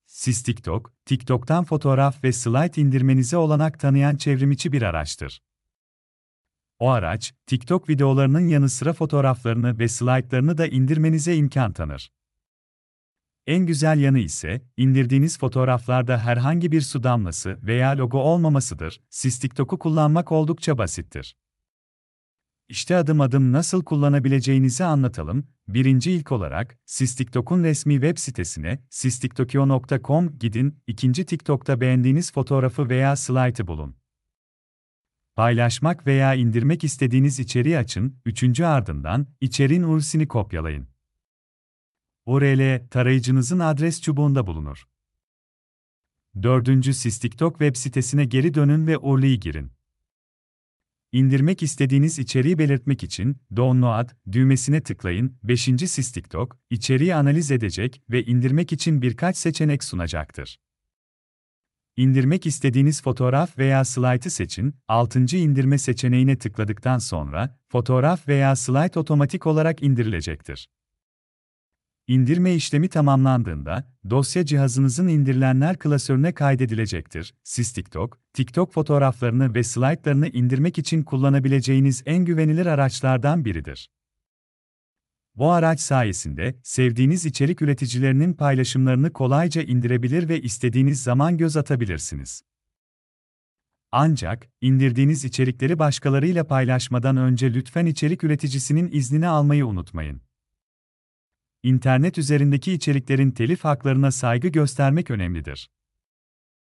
Siz TikTok'tan fotoğraf ve slide indirmenize olanak tanıyan çevrimiçi bir araçtır. O araç, TikTok videolarının yanı sıra fotoğraflarını ve slaytlarını da indirmenize imkan tanır. En güzel yanı ise, indirdiğiniz fotoğraflarda herhangi bir su damlası veya logo olmamasıdır. Siz TikTok'u kullanmak oldukça basittir. İşte adım adım nasıl kullanabileceğinizi anlatalım. İlk olarak, siz TikTok'un resmi web sitesine, siztiktokio.com gidin, ikinci TikTok'ta beğendiğiniz fotoğrafı veya slaytı bulun. Paylaşmak veya indirmek istediğiniz içeriği açın, ardından, içeriğin URL'sini kopyalayın. URL, tarayıcınızın adres çubuğunda bulunur. Siz TikTok web sitesine geri dönün ve URL'yi girin. İndirmek istediğiniz içeriği belirtmek için Download düğmesine tıklayın. Siz TikTok, içeriği analiz edecek ve indirmek için birkaç seçenek sunacaktır. İndirmek istediğiniz fotoğraf veya slaytı seçin. İndirme seçeneğine tıkladıktan sonra, fotoğraf veya slayt otomatik olarak indirilecektir. İndirme işlemi tamamlandığında, dosya cihazınızın indirilenler klasörüne kaydedilecektir. Siz TikTok fotoğraflarını ve slaytlarını indirmek için kullanabileceğiniz en güvenilir araçlardan biridir. Bu araç sayesinde, sevdiğiniz içerik üreticilerinin paylaşımlarını kolayca indirebilir ve istediğiniz zaman göz atabilirsiniz. Ancak, indirdiğiniz içerikleri başkalarıyla paylaşmadan önce lütfen içerik üreticisinin iznini almayı unutmayın. İnternet üzerindeki içeriklerin telif haklarına saygı göstermek önemlidir.